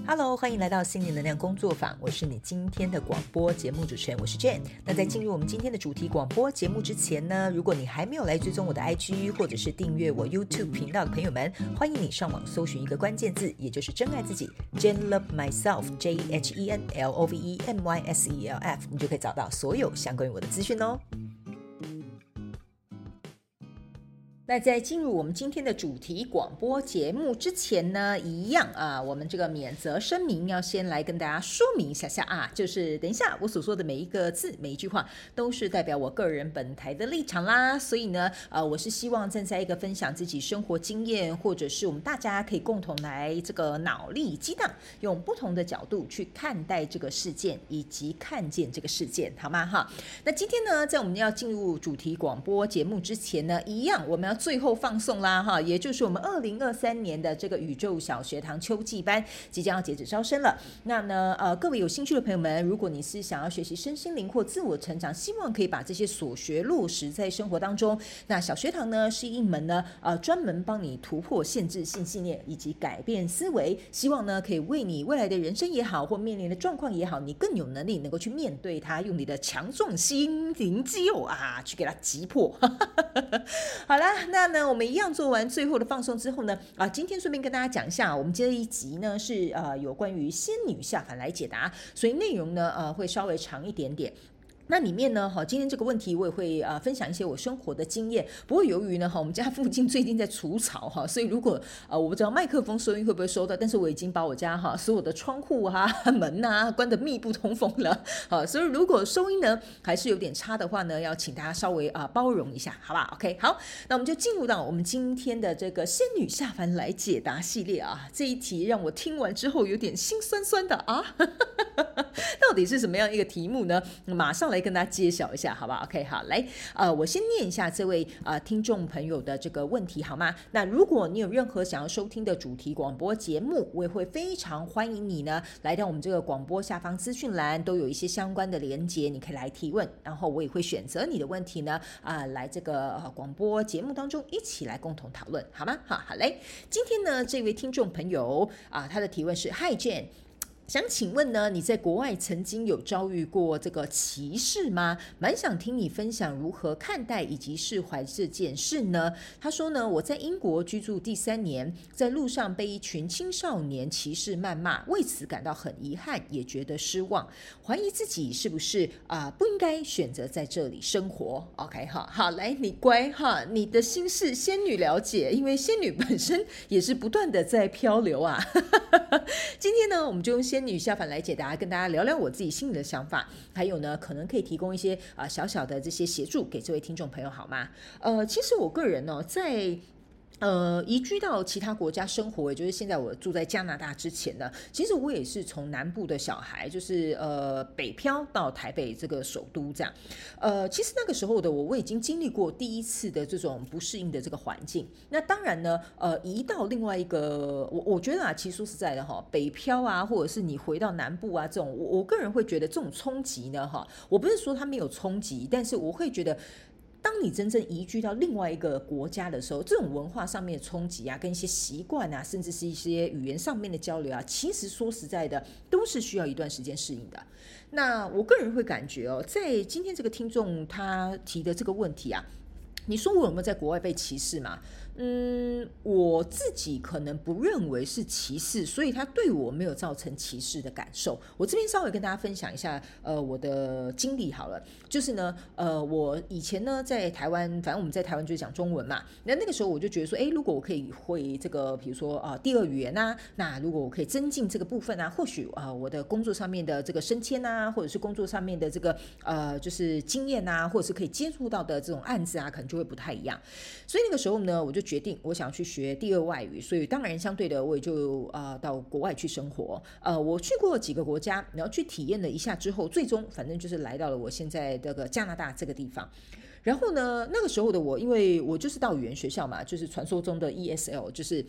Hello， 欢迎来到心灵能量工作坊，我是你今天的广播节目主持人，我是 Jane。那在进入我们今天的主题广播节目之前呢，如果你还没有来追踪我的 IG 或者是订阅我 YouTube 频道的朋友们，欢迎你上网搜寻一个关键字，也就是真爱自己 Jane Love Myself JhenLoveMyself， 你就可以找到所有相关于我的资讯哦。那在进入我们今天的主题广播节目之前呢，一样我们这个免责声明要先来跟大家说明一下就是等一下我所说的每一个字每一句话都是代表我个人本台的立场啦，所以呢我是希望站在一个分享自己生活经验，或者是我们大家可以共同来这个脑力激荡，用不同的角度去看待这个事件以及看见这个事件，好吗哈？那今天呢，在我们要进入主题广播节目之前呢，一样我们要最后放送啦哈，也就是我们2023年的这个宇宙小学堂秋季班即将要截止招生了。那呢各位有兴趣的朋友们，如果你是想要学习身心灵或自我成长，希望可以把这些所学落实在生活当中，那小学堂呢是一门呢专门帮你突破限制性信念以及改变思维，希望呢可以为你未来的人生也好，或面临的状况也好，你更有能力能够去面对它，用你的强壮心灵肌肉去给它击破好啦，那呢我们一样做完最后的放送之后呢今天顺便跟大家讲一下，我们这一集呢是有关于仙女下凡来解答，所以内容呢会稍微长一点点。那里面呢今天这个问题我也会分享一些我生活的经验，不过由于呢我们家附近最近在除草所以如果我不知道麦克风收音会不会收到，但是我已经把我家所有的窗户门关得密不通风了所以如果收音呢还是有点差的话呢，要请大家稍微包容一下，好吧 OK 好，那我们就进入到我们今天的这个仙女下凡来解答系列这一题让我听完之后有点心酸酸的到底是什么样一个题目呢？马上来跟大家揭晓一下，好不好 OK 好，来我先念一下这位听众朋友的这个问题好吗？那如果你有任何想要收听的主题广播节目，我也会非常欢迎你呢来到我们这个广播下方资讯栏都有一些相关的连结，你可以来提问，然后我也会选择你的问题呢来这个广播节目当中一起来共同讨论，好吗？好嘞，今天呢这位听众朋友他的提问是 Hi Jane，想请问呢，你在国外曾经有遭遇过这个歧视吗？蛮想听你分享如何看待以及释怀这件事呢。他说呢，我在英国居住第3年，在路上被一群青少年歧视谩骂，为此感到很遗憾，也觉得失望，怀疑自己是不是不应该选择在这里生活。OK 好，来你乖你的心事仙女了解，因为仙女本身也是不断的在漂流今天呢，我们就用仙女下凡来解答，跟大家聊聊我自己心里的想法，还有呢，可能可以提供一些小小的这些协助给这位听众朋友，好吗？其实我个人呢，在移居到其他国家生活，也就是现在我住在加拿大之前呢，其实我也是从南部的小孩，就是北漂到台北这个首都这样。其实那个时候的我已经经历过第一次的这种不适应的这个环境。那当然呢，移到另外一个，我觉得其实说实在的北漂或者是你回到南部这种，我个人会觉得这种冲击呢我不是说它没有冲击，但是我会觉得，当你真正移居到另外一个国家的时候，这种文化上面的冲击跟一些习惯甚至是一些语言上面的交流其实说实在的都是需要一段时间适应的。那我个人会感觉在今天这个听众他提的这个问题你说我有没有在国外被歧视吗？我自己可能不认为是歧视，所以它对我没有造成歧视的感受。我这边稍微跟大家分享一下我的经历好了，就是呢我以前呢在台湾，反正我们在台湾就是讲中文嘛，那个时候我就觉得说如果我可以会这个比如说第二语言那如果我可以增进这个部分或许我的工作上面的这个升迁或者是工作上面的这个就是经验或者是可以接触到的这种案子可能就会不太一样。所以那个时候呢，我就决定我想去学第二外语，所以当然相对的我也就到国外去生活。我去过几个国家，然后去体验了一下之后，最终反正就是来到了我现在这个加拿大这个地方。然后呢，那个时候的我，因为我就是到语言学校嘛，就是传说中的 ESL， 就是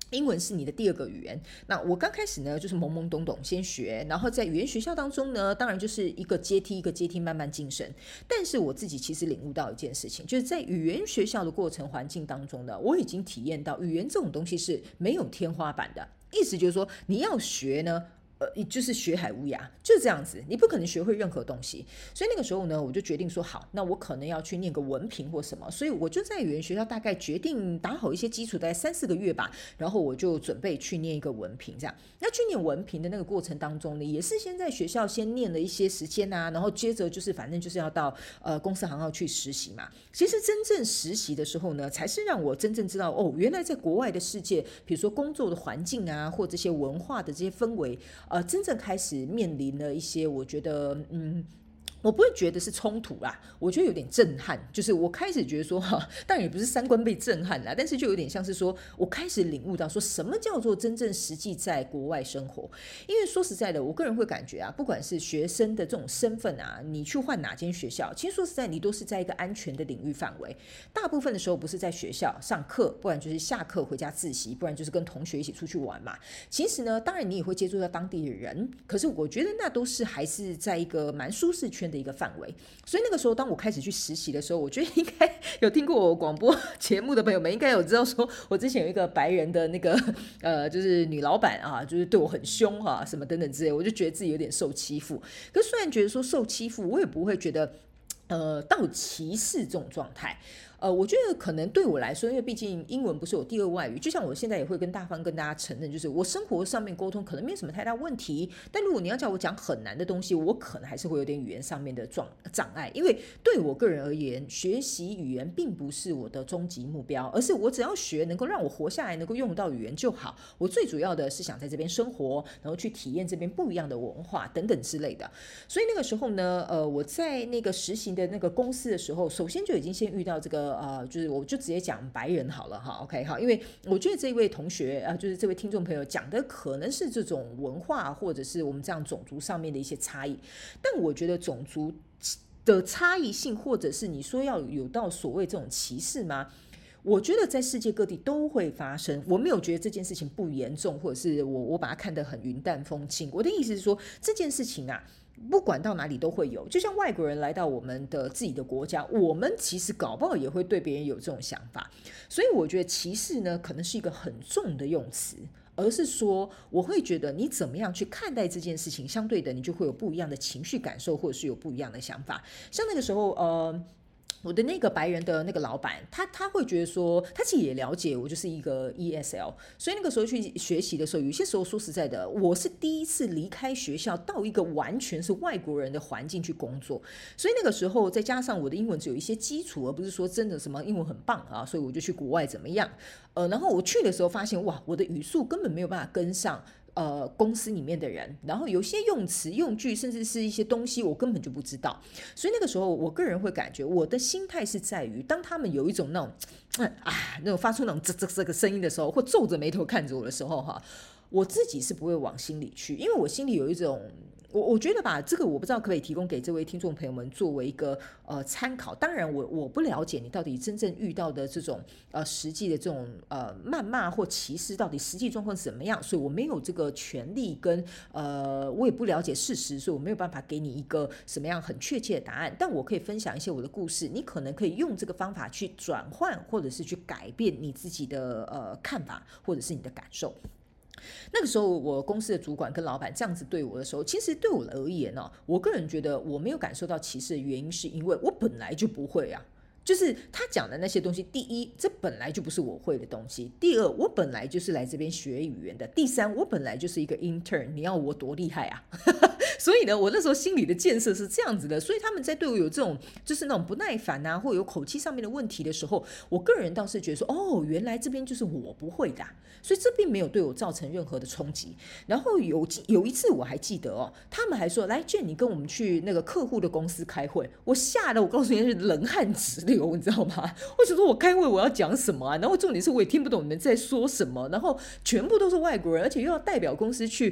英文是你的第二个语言。那我刚开始呢，就是懵懵懂懂先学，然后在语言学校当中呢，当然就是一个阶梯一个阶梯慢慢晋升。但是我自己其实领悟到一件事情，就是在语言学校的过程环境当中呢，我已经体验到语言这种东西是没有天花板的。意思就是说，你要学呢，就是学海无涯，就是这样子，你不可能学会任何东西。所以那个时候呢，我就决定说，好，那我可能要去念个文凭或什么。所以我就在语言学校大概决定打好一些基础，大概3-4个月吧，然后我就准备去念一个文凭。这样，那去念文凭的那个过程当中呢，也是先在学校先念了一些时间啊，然后接着就是反正就是要到公司行号去实习嘛。其实真正实习的时候呢，才是让我真正知道哦，原来在国外的世界，比如说工作的环境啊，或这些文化的这些氛围，真正开始面临了一些我觉得我不会觉得是冲突啦，我觉得有点震撼。就是我开始觉得说当然也不是三观被震撼啦，但是就有点像是说我开始领悟到说什么叫做真正实际在国外生活。因为说实在的，我个人会感觉不管是学生的这种身份你去换哪间学校，其实说实在你都是在一个安全的领域范围。大部分的时候不是在学校上课，不然就是下课回家自习，不然就是跟同学一起出去玩嘛。其实呢，当然你也会接触到当地的人，可是我觉得那都是还是在一个蛮舒适圈的一个范围。所以那个时候当我开始去实习的时候，我觉得应该有听过我广播节目的朋友们应该有知道说，我之前有一个白人的那个就是女老板就是对我很凶什么等等之类，我就觉得自己有点受欺负。可是虽然觉得说受欺负，我也不会觉得到歧视这种状态。我觉得可能对我来说，因为毕竟英文不是我第二外语，就像我现在也会跟大家承认，就是我生活上面沟通可能没有什么太大问题，但如果你要叫我讲很难的东西，我可能还是会有点语言上面的障碍。因为对我个人而言，学习语言并不是我的终极目标，而是我只要学能够让我活下来，能够用到语言就好。我最主要的是想在这边生活，然后去体验这边不一样的文化等等之类的。所以那个时候呢，我在那个实行的那个公司的时候，首先就已经先遇到这个就是我就直接讲白人好了OK 好，因为我觉得这位同学就是这位听众朋友讲的可能是这种文化或者是我们这样种族上面的一些差异，但我觉得种族的差异性，或者是你说要有到所谓这种歧视吗？我觉得在世界各地都会发生，我没有觉得这件事情不严重，或者是我把它看得很云淡风轻。我的意思是说，这件事情不管到哪里都会有。就像外国人来到我们的自己的国家，我们其实搞不好也会对别人有这种想法。所以我觉得歧视呢，可能是一个很重的用词，而是说我会觉得你怎么样去看待这件事情，相对的你就会有不一样的情绪感受，或者是有不一样的想法。像那个时候我的那个白人的那个老板，他会觉得说，他其实也了解我就是一个 ESL， 所以那个时候去学习的时候，有些时候说实在的，我是第一次离开学校到一个完全是外国人的环境去工作，所以那个时候再加上我的英文只有一些基础，而不是说真的什么英文很棒所以我就去国外怎么样，然后我去的时候发现哇，我的语速根本没有办法跟上公司里面的人，然后有些用词用句甚至是一些东西我根本就不知道，所以那个时候我个人会感觉我的心态是在于，当他们有一种那种那种发出那种这个声音的时候，或皱着眉头看着我的时候我自己是不会往心里去，因为我心里有一种我觉得吧，这个我不知道可不可以提供给这位听众朋友们作为一个参考。当然我不了解你到底真正遇到的这种实际的这种谩骂或歧视到底实际状况是怎么样，所以我没有这个权利跟我也不了解事实，所以我没有办法给你一个什么样很确切的答案。但我可以分享一些我的故事，你可能可以用这个方法去转换或者是去改变你自己的看法或者是你的感受。那个时候我公司的主管跟老板这样子对我的时候，其实对我而言我个人觉得我没有感受到歧视的原因是因为我本来就不会就是他讲的那些东西，第一，这本来就不是我会的东西；第二，我本来就是来这边学语言的；第三，我本来就是一个 intern， 你要我多厉害所以呢，我那时候心里的建设是这样子的，所以他们在对我有这种就是那种不耐烦或有口气上面的问题的时候，我个人倒是觉得说，原来这边就是我不会的所以这并没有对我造成任何的冲击。然后有一次我还记得他们还说，来 Jane 你跟我们去那个客户的公司开会，我吓得我告诉你是冷汗直流，你知道吗？我想说我开会我要讲什么然后重点是我也听不懂你们在说什么，然后全部都是外国人，而且又要代表公司去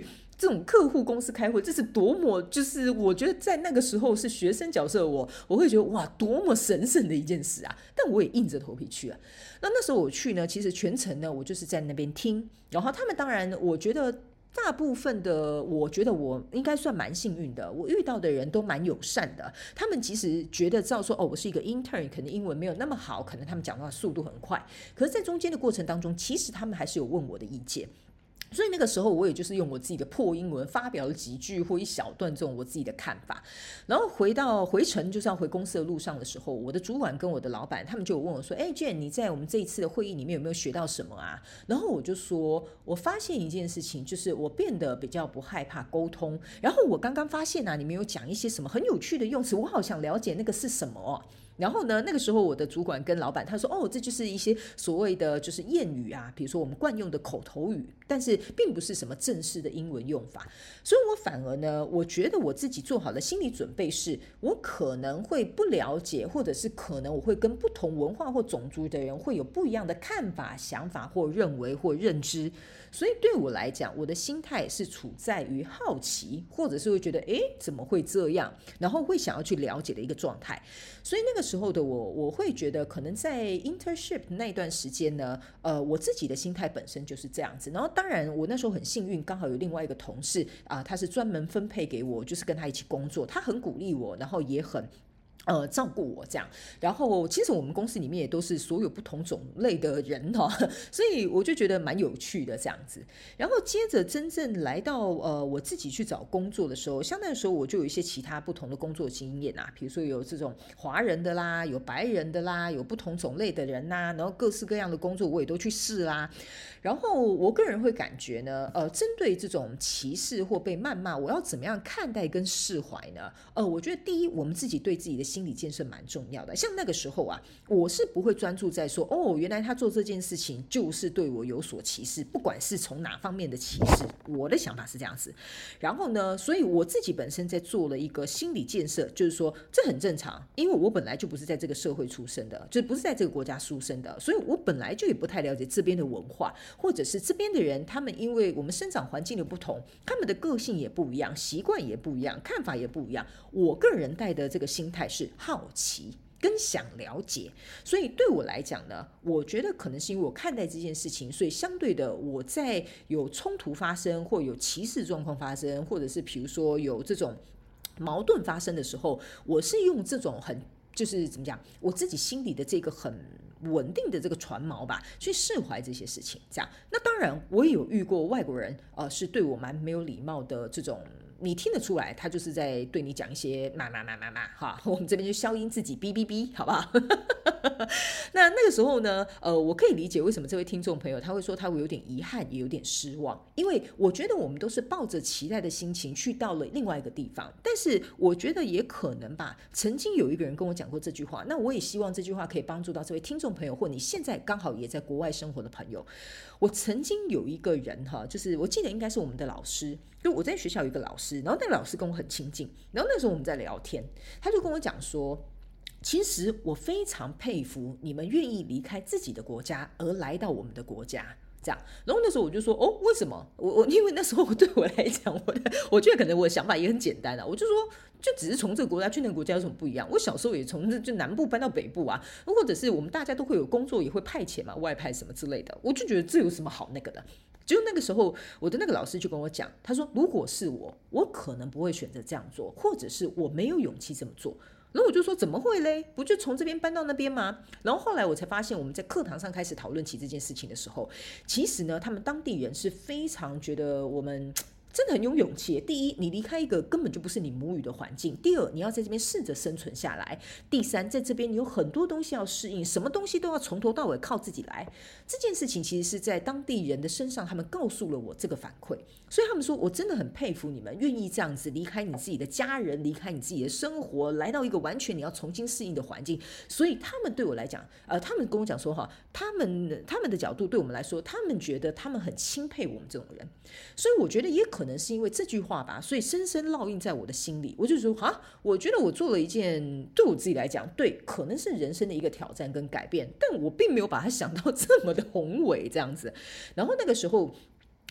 这种客户公司开会，这是多么就是我觉得在那个时候是学生角色的我会觉得哇，多么神圣的一件事啊！但我也硬着头皮去啊。那时候我去呢，其实全程呢，我就是在那边听，然后他们当然，我觉得。大部分的，我觉得我应该算蛮幸运的，我遇到的人都蛮友善的。他们即使觉得知道说，我是一个 intern， 可能英文没有那么好，可能他们讲话速度很快，可是在中间的过程当中，其实他们还是有问我的意见。所以那个时候我也就是用我自己的破英文发表了几句或一小段这种我自己的看法，然后回程就是要回公司的路上的时候，我的主管跟我的老板他们就有问我说Jane 你在我们这一次的会议里面有没有学到什么啊？然后我就说我发现一件事情，就是我变得比较不害怕沟通，然后我刚刚发现啊，你们有讲一些什么很有趣的用词，我好想了解那个是什么哦。然后呢，那个时候我的主管跟老板他说这就是一些所谓的就是谚语啊，比如说我们惯用的口头语，但是并不是什么正式的英文用法。所以我反而呢，我觉得我自己做好了心理准备，是我可能会不了解，或者是可能我会跟不同文化或种族的人会有不一样的看法、想法或认为或认知。所以对我来讲，我的心态是处在于好奇，或者是会觉得怎么会这样，然后会想要去了解的一个状态。所以那个时候的我会觉得可能在 internship 那段时间呢，我自己的心态本身就是这样子。然后当然我那时候很幸运，刚好有另外一个同事他是专门分配给我，就是跟他一起工作，他很鼓励我，然后也很照顾我这样。然后其实我们公司里面也都是所有不同种类的人所以我就觉得蛮有趣的这样子。然后接着真正来到我自己去找工作的时候，像那时候我就有一些其他不同的工作经验啊，比如说有这种华人的啦，有白人的啦，有不同种类的人啦，然后各式各样的工作我也都去试啦。然后我个人会感觉呢，针对这种歧视或被谩骂，我要怎么样看待跟释怀呢？我觉得第一，我们自己对自己的心理建设蛮重要的。像那个时候啊，我是不会专注在说原来他做这件事情就是对我有所歧视，不管是从哪方面的歧视，我的想法是这样子。然后呢，所以我自己本身在做了一个心理建设，就是说这很正常，因为我本来就不是在这个社会出生的，就不是在这个国家出生的，所以我本来就也不太了解这边的文化，或者是这边的人，他们因为我们生长环境的不同，他们的个性也不一样，习惯也不一样，看法也不一样。我个人带的这个心态是好奇跟想了解，所以对我来讲呢，我觉得可能是因为我看待这件事情，所以相对的我在有冲突发生，或有歧视状况发生，或者是比如说有这种矛盾发生的时候，我是用这种很就是怎么讲，我自己心里的这个很稳定的这个船锚吧，去释怀这些事情。这样，那当然我也有遇过外国人，是对我蛮没有礼貌的这种。你听得出来，他就是在对你讲一些骂哈，我们这边就消音自己哔哔哔，好不好？那个时候呢，我可以理解为什么这位听众朋友他会说他会有点遗憾，也有点失望，因为我觉得我们都是抱着期待的心情去到了另外一个地方，但是我觉得也可能吧，曾经有一个人跟我讲过这句话，那我也希望这句话可以帮助到这位听众朋友，或你现在刚好也在国外生活的朋友。我曾经有一个人就是我记得应该是我们的老师，就我在学校有一个老师，然后那个老师跟我很亲近，然后那时候我们在聊天，他就跟我讲说，其实我非常佩服你们愿意离开自己的国家而来到我们的国家。这样，然后那时候我就说为什么？因为那时候对我来讲，我觉得可能我的想法也很简单啊，我就说就只是从这个国家去那个国家有什么不一样？我小时候也从就南部搬到北部啊，或者是我们大家都会有工作，也会派遣嘛，外派什么之类的，我就觉得这有什么好那个的？就那个时候，我的那个老师就跟我讲，他说如果是我可能不会选择这样做，或者是我没有勇气这么做。然后我就说怎么会嘞？不就从这边搬到那边吗？然后后来我才发现，我们在课堂上开始讨论起这件事情的时候，其实呢，他们当地人是非常觉得我们真的很有勇气。第一，你离开一个根本就不是你母语的环境；第二，你要在这边试着生存下来；第三，在这边你有很多东西要适应，什么东西都要从头到尾靠自己来。这件事情其实是在当地人的身上，他们告诉了我这个反馈，所以他们说我真的很佩服你们愿意这样子离开你自己的家人，离开你自己的生活，来到一个完全你要重新适应的环境。所以他们对我来讲，他们跟我讲说他们的角度对我们来说，他们觉得他们很钦佩我们这种人。所以我觉得也可能是因为这句话吧，所以深深烙印在我的心里。我就说我觉得我做了一件对我自己来讲，对，可能是人生的一个挑战跟改变，但我并没有把它想到这么的宏伟这样子。然后那个时候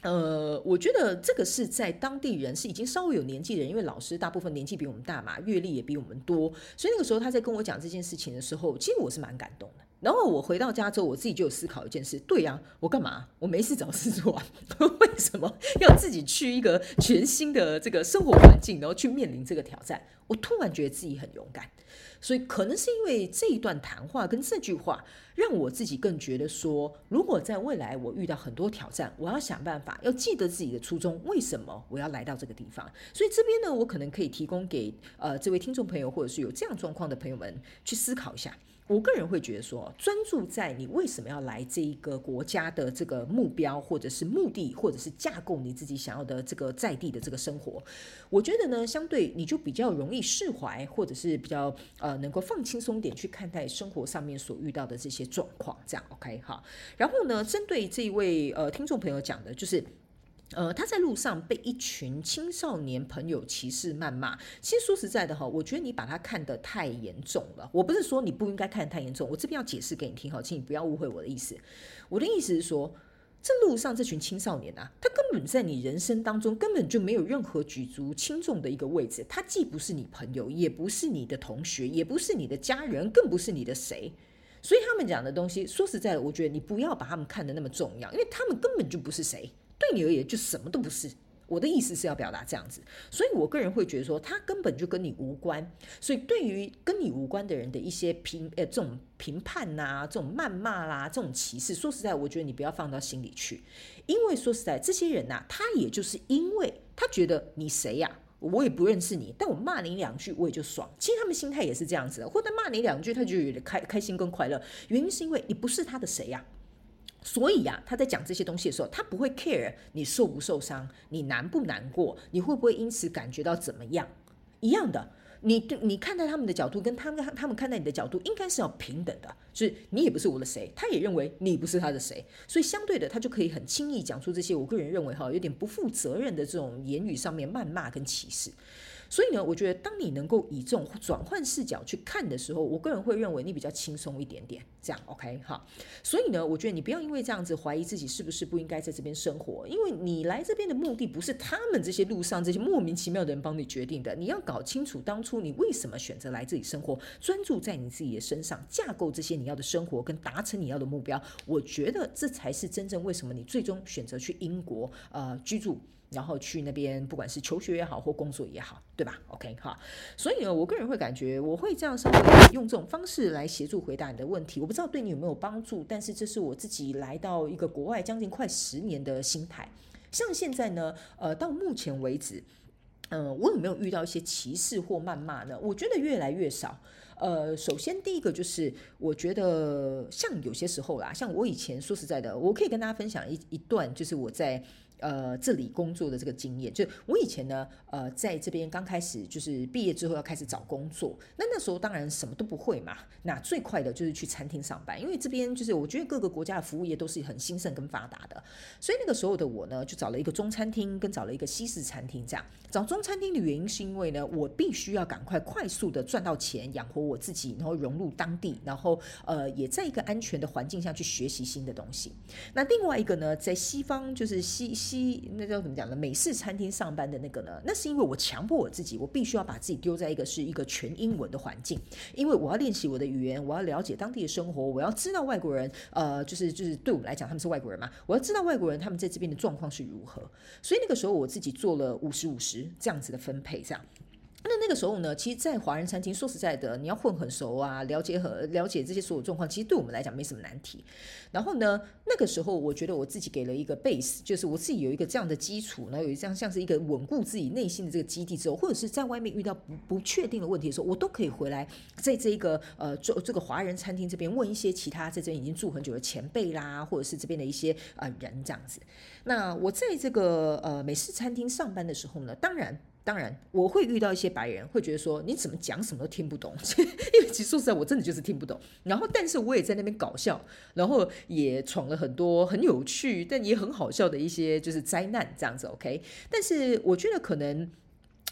我觉得这个是在当地人是已经稍微有年纪的人，因为老师大部分年纪比我们大嘛，阅历也比我们多，所以那个时候他在跟我讲这件事情的时候，其实我是蛮感动的。然后我回到家之后，我自己就有思考一件事，对呀，我干嘛？我没事找事做啊，为什么要自己去一个全新的这个生活环境，然后去面临这个挑战？我突然觉得自己很勇敢。所以可能是因为这一段谈话跟这句话，让我自己更觉得说，如果在未来我遇到很多挑战，我要想办法，要记得自己的初衷，为什么我要来到这个地方。所以这边呢，我可能可以提供给这位听众朋友，或者是有这样状况的朋友们去思考一下。我个人会觉得说，专注在你为什么要来这一个国家的这个目标，或者是目的，或者是架构你自己想要的这个在地的这个生活，我觉得呢，相对你就比较容易释怀，或者是比较能够放轻松点去看待生活上面所遇到的这些状况，这样 OK 好。然后呢，针对这一位听众朋友讲的，就是他在路上被一群青少年朋友歧视谩骂。其实说实在的哈，我觉得你把它看得太严重了。我不是说你不应该看得太严重，我这边要解释给你听哈，请你不要误会我的意思。我的意思是说，这路上这群青少年啊，他根本在你人生当中根本就没有任何举足轻重的一个位置。他既不是你朋友，也不是你的同学，也不是你的家人，更不是你的谁。所以他们讲的东西，说实在的，我觉得你不要把他们看得那么重要，因为他们根本就不是谁。对你而言就什么都不是。我的意思是要表达这样子，所以我个人会觉得说，他根本就跟你无关。所以对于跟你无关的人的一些这种评判啊，这种谩骂啦，这种歧视，说实在，我觉得你不要放到心里去，因为说实在，这些人啊，他也就是因为他觉得你谁呀、我也不认识你，但我骂你两句我也就爽。其实他们心态也是这样子的，或者骂你两句他就有点开心跟快乐，原因是因为你不是他的谁呀、所以啊，他在讲这些东西的时候，他不会 care 你受不受伤，你难不难过，你会不会因此感觉到怎么样？一样的，你看待他们的角度，跟他们看待你的角度，应该是要平等的。就是你也不是我的谁，他也认为你不是他的谁，所以相对的，他就可以很轻易讲出这些我个人认为有点不负责任的这种言语上面谩骂跟歧视。所以呢，我觉得当你能够以这种转换视角去看的时候，我个人会认为你比较轻松一点点，这样 OK 哈。所以呢，我觉得你不要因为这样子怀疑自己是不是不应该在这边生活，因为你来这边的目的不是他们这些路上这些莫名其妙的人帮你决定的，你要搞清楚当初你为什么选择来这里生活，专注在你自己的身上，架构这些你要的生活跟达成你要的目标，我觉得这才是真正为什么你最终选择去英国居住。然后去那边，不管是求学也好，或工作也好，对吧 ？OK 哈，所以呢，我个人会感觉，我会这样稍微用这种方式来协助回答你的问题。我不知道对你有没有帮助，但是这是我自己来到一个国外将近快10年的心态。像现在呢，到目前为止，我有没有遇到一些歧视或谩骂呢？我觉得越来越少。首先第一个就是，我觉得像有些时候啦，像我以前说实在的，我可以跟大家分享一段，就是我在这里工作的这个经验。就我以前呢，在这边刚开始就是毕业之后要开始找工作，那时候当然什么都不会嘛，那最快的就是去餐厅上班，因为这边就是我觉得各个国家的服务业都是很兴盛跟发达的，所以那个时候的我呢，就找了一个中餐厅跟找了一个西式餐厅。这样找中餐厅的原因是因为呢，我必须要赶快快速的赚到钱养活我自己，然后融入当地，然后也在一个安全的环境下去学习新的东西。那另外一个呢，在西方就是那叫怎么讲呢？美式餐厅上班的那个呢，那是因为我强迫我自己，我必须要把自己丢在一个全英文的环境，因为我要练习我的语言，我要了解当地的生活，我要知道外国人，就是对我们来讲他们是外国人嘛，我要知道外国人他们在这边的状况是如何。所以那个时候我自己做了50-50这样子的分配，这样。那个时候呢，其实，在华人餐厅，说实在的，你要混很熟啊，了解这些所有状况，其实对我们来讲没什么难题。然后呢，那个时候我觉得我自己给了一个 base， 就是我自己有一个这样的基础，然后有这样像是一个稳固自己内心的这个基地之后，或者是在外面遇到不确定的问题的时候，我都可以回来在这个这个华人餐厅这边问一些其他在这边已经住很久的前辈啦，或者是这边的一些人这样子。那我在这个美式餐厅上班的时候呢，当然，我会遇到一些白人，会觉得说你怎么讲什么都听不懂，因为其实说实在，我真的就是听不懂。然后，但是我也在那边搞笑，然后也闯了很多很有趣但也很好笑的一些就是灾难这样子 OK。但是我觉得可能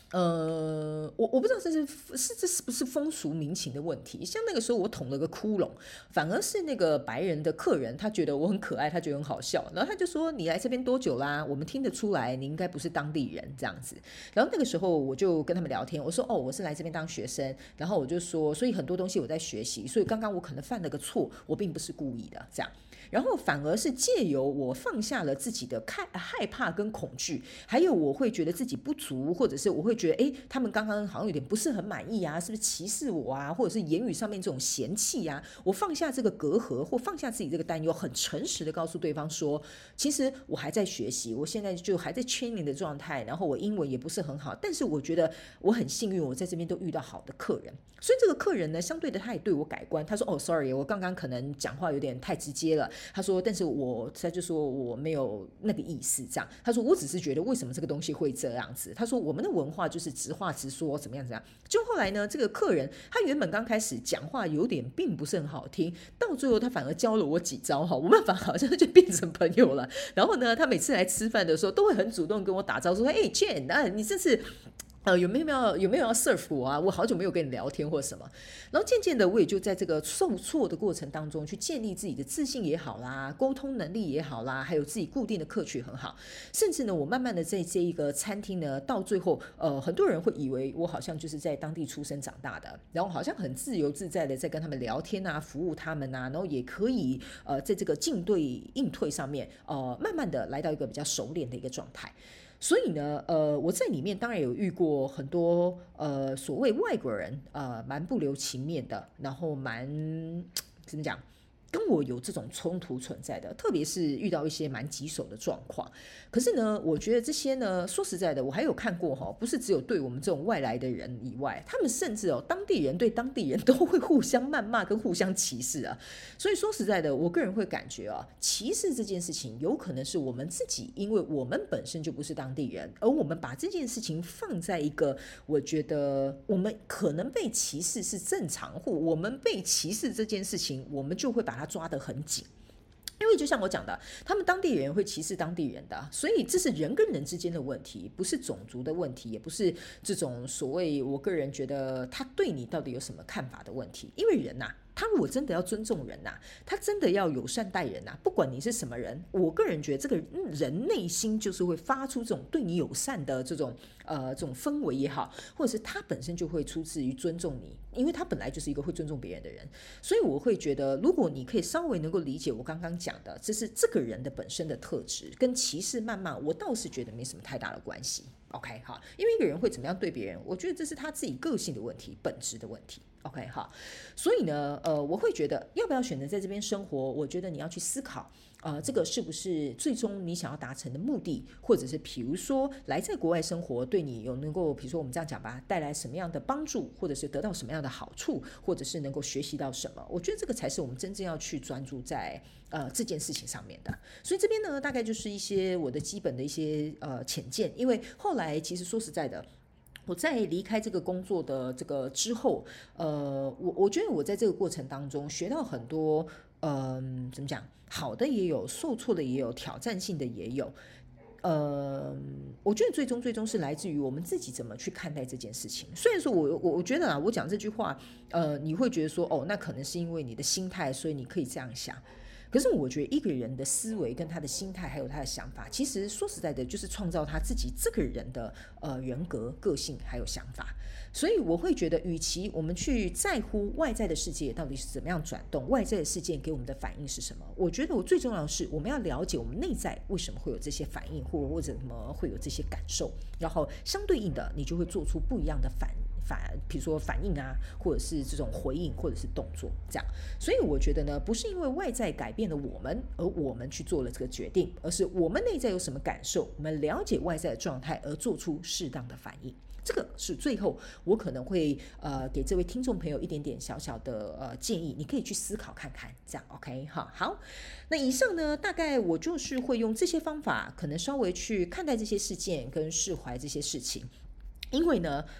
我不知道这是不是风俗民情的问题。像那个时候我捅了个窟窿，反而是那个白人的客人，他觉得我很可爱，他觉得很好笑，然后他就说你来这边多久啦？我们听得出来你应该不是当地人这样子。然后那个时候我就跟他们聊天，我说我是来这边当学生，然后我就说所以很多东西我在学习，所以刚刚我可能犯了个错，我并不是故意的这样。然后反而是借由我放下了自己的害怕跟恐惧，还有我会觉得自己不足，或者是我会觉得他们刚刚好像有点不是很满意啊，是不是歧视我啊，或者是言语上面这种嫌弃啊，我放下这个隔阂或放下自己这个担忧，很诚实的告诉对方说，其实我还在学习，我现在就还在 training 的状态，然后我英文也不是很好，但是我觉得我很幸运，我在这边都遇到好的客人。所以这个客人呢，相对的他也对我改观，他说sorry， 我刚刚可能讲话有点太直接了，他说但是他就说我没有那个意思这样，他说我只是觉得为什么这个东西会这样子，他说我们的文化就是直话直说，怎么样怎么样。就后来呢，这个客人他原本刚开始讲话有点并不是很好听，到最后他反而教了我几招，我们反而好像就变成朋友了。然后呢，他每次来吃饭的时候都会很主动跟我打招呼说Jane，你这次有没有要 serve 我啊？我好久没有跟你聊天或什么。然后渐渐的，我也就在这个受挫的过程当中，去建立自己的自信也好啦，沟通能力也好啦，还有自己固定的客群很好。甚至呢，我慢慢的在这一个餐厅呢，到最后，很多人会以为我好像就是在当地出生长大的，然后好像很自由自在的在跟他们聊天啊，服务他们啊，然后也可以在这个进对应退上面，慢慢的来到一个比较熟练的一个状态。所以呢，我在里面当然有遇过很多所谓外国人，蛮不留情面的，然后蛮怎么讲，跟我有这种冲突存在的，特别是遇到一些蛮棘手的状况。可是呢，我觉得这些呢，说实在的，我还有看过不是只有对我们这种外来的人以外，他们甚至当地人对当地人都会互相谩骂跟互相歧视啊。所以说实在的，我个人会感觉歧视这件事情有可能是我们自己，因为我们本身就不是当地人，而我们把这件事情放在一个我觉得我们可能被歧视是正常，或我们被歧视这件事情，我们就会把它抓得很紧。因为就像我讲的，他们当地人会歧视当地人的，所以这是人跟人之间的问题，不是种族的问题，也不是这种所谓我个人觉得他对你到底有什么看法的问题。因为人他如果真的要尊重人他真的要友善待人不管你是什么人，我个人觉得这个人内心就是会发出这种对你友善的这种氛围也好，或者是他本身就会出自于尊重你，因为他本来就是一个会尊重别人的人。所以我会觉得，如果你可以稍微能够理解我刚刚讲的，这是这个人的本身的特质，跟歧视谩骂，我倒是觉得没什么太大的关系。OK 好，因为一个人会怎么样对别人，我觉得这是他自己个性的问题，本质的问题。OK 好，所以呢，我会觉得要不要选择在这边生活，我觉得你要去思考。这个是不是最终你想要达成的目的，或者是比如说来在国外生活对你有能够，比如说我们这样讲吧，带来什么样的帮助，或者是得到什么样的好处，或者是能够学习到什么，我觉得这个才是我们真正要去专注在这件事情上面的。所以这边呢，大概就是一些我的基本的一些浅见。因为后来其实说实在的，我在离开这个工作的这个之后，我觉得我在这个过程当中学到很多，怎么讲，好的也有，受挫的也有，挑战性的也有。我觉得最终是来自于我们自己怎么去看待这件事情。虽然说我觉得我讲这句话，你会觉得说那可能是因为你的心态，所以你可以这样想。可是我觉得一个人的思维跟他的心态还有他的想法，其实说实在的，就是创造他自己这个人的人格、个性还有想法。所以我会觉得，与其我们去在乎外在的世界到底是怎么样转动，外在的事件给我们的反应是什么，我觉得我最重要的是我们要了解我们内在为什么会有这些反应，或者什么会有这些感受，然后相对应的你就会做出不一样的比如说反应或者是这种回应，或者是动作这样。所以我觉得呢，不是因为外在改变了我们，而我们去做了这个决定，而是我们内在有什么感受，我们了解外在的状态，而做出适当的反应。这个是最后我可能会给这位听众朋友一点点小小的建议，你可以去思考看看，这样 OK 好。那以上呢，大概我就是会用这些方法，可能稍微去看待这些事件跟释怀这些事情。因为呢，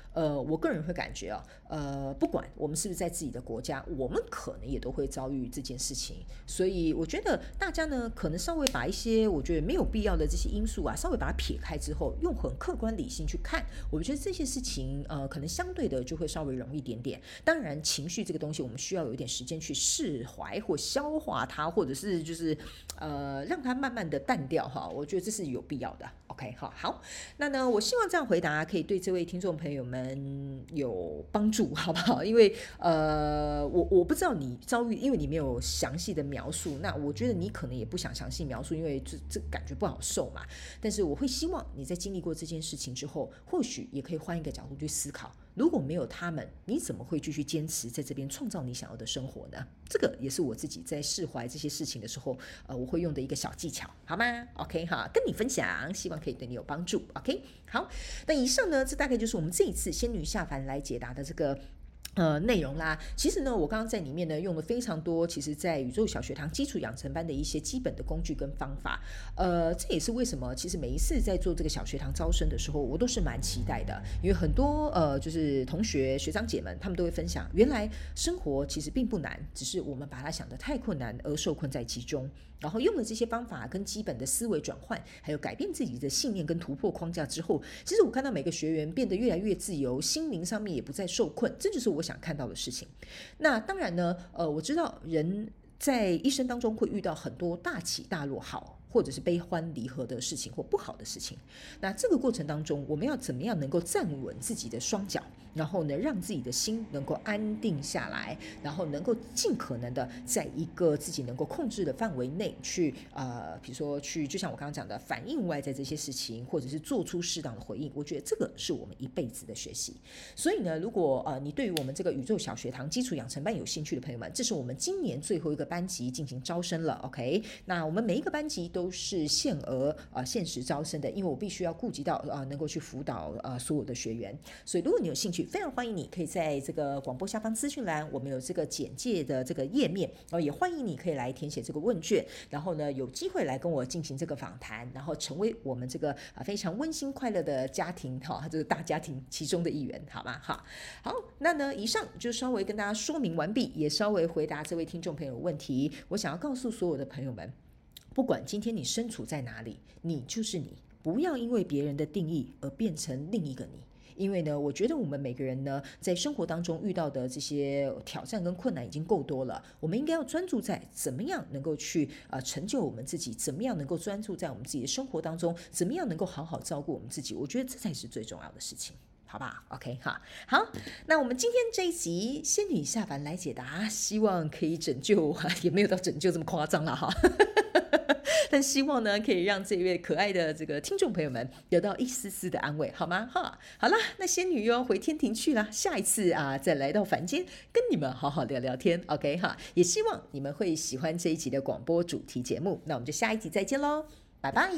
我个人会感觉不管我们是不是在自己的国家，我们可能也都会遭遇这件事情。所以我觉得大家呢，可能稍微把一些我觉得没有必要的这些因素啊，稍微把它撇开之后，用很客观理性去看，我觉得这些事情可能相对的就会稍微容易一点点。当然，情绪这个东西，我们需要有一点时间去释怀或消化它，或者是就是让它慢慢的淡掉哈。我觉得这是有必要的。OK， 好，那呢，我希望这样回答可以对这位听众朋友们有帮助，好不好？因为我不知道你遭遇，因为你没有详细的描述，那我觉得你可能也不想详细描述，因为这感觉不好受嘛。但是我会希望你在经历过这件事情之后，或许也可以换一个角度去思考，如果没有他们，你怎么会继续坚持在这边创造你想要的生活呢？这个也是我自己在释怀这些事情的时候，我会用的一个小技巧，好吗 ？OK 哈，跟你分享，希望可以对你有帮助。OK， 好，那以上呢，这大概就是我们这一次仙女下凡来解答的这个内容啦。其实呢，我刚刚在里面呢用了非常多，其实在宇宙小学堂基础养成班的一些基本的工具跟方法。这也是为什么其实每一次在做这个小学堂招生的时候，我都是蛮期待的，因为很多就是同学学长姐们他们都会分享，原来生活其实并不难，只是我们把它想得太困难而受困在其中。然后用了这些方法跟基本的思维转换，还有改变自己的信念跟突破框架之后，其实我看到每个学员变得越来越自由，心灵上面也不再受困，这就是我想看到的事情。那当然呢，我知道人在一生当中会遇到很多大起大落，好或者是悲欢离合的事情或不好的事情。那这个过程当中，我们要怎么样能够站稳自己的双脚，然后呢，让自己的心能够安定下来，然后能够尽可能的在一个自己能够控制的范围内去比如说去，就像我刚刚讲的，反映外在这些事情，或者是做出适当的回应。我觉得这个是我们一辈子的学习。所以呢，如果你对于我们这个宇宙小学堂基础养成班有兴趣的朋友们，这是我们今年最后一个班级进行招生了。OK， 那我们每一个班级都是限额限时招生的，因为我必须要顾及到能够去辅导所有的学员。所以如果你有兴趣，非常欢迎你可以在这个广播下方资讯栏，我们有这个简介的这个页面，也欢迎你可以来填写这个问卷，然后呢有机会来跟我进行这个访谈，然后成为我们这个非常温馨快乐的家庭这个大家庭其中的一员，好吗？好，那呢以上就稍微跟大家说明完毕，也稍微回答这位听众朋友的问题。我想要告诉所有的朋友们，不管今天你身处在哪里，你就是你，不要因为别人的定义而变成另一个你。因为呢，我觉得我们每个人呢，在生活当中遇到的这些挑战跟困难已经够多了，我们应该要专注在怎么样能够去成就我们自己，怎么样能够专注在我们自己的生活当中，怎么样能够好好照顾我们自己，我觉得这才是最重要的事情。好不好 ？OK 哈，好，那我们今天这一集仙女下凡来解答，希望可以拯救，也没有到拯救这么夸张了哈。但希望呢，可以让这位可爱的这个听众朋友们得到一丝丝的安慰，好吗？哈，好啦，那仙女又回天庭去了，下一次再来到凡间跟你们好好聊聊天 ，OK 哈？也希望你们会喜欢这一集的广播主题节目，那我们就下一集再见喽，拜拜。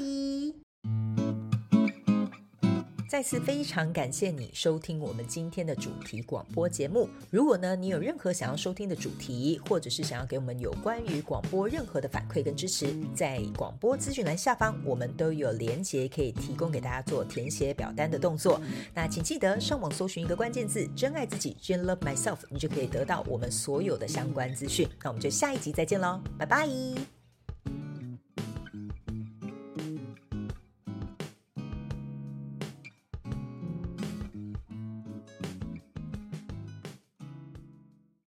再次非常感谢你收听我们今天的主题广播节目。如果呢你有任何想要收听的主题，或者是想要给我们有关于广播任何的反馈跟支持，在广播资讯栏下方我们都有连结可以提供给大家做填写表单的动作。那请记得上网搜寻一个关键字真爱自己 Jen Love Myself， 你就可以得到我们所有的相关资讯。那我们就下一集再见咯，拜拜。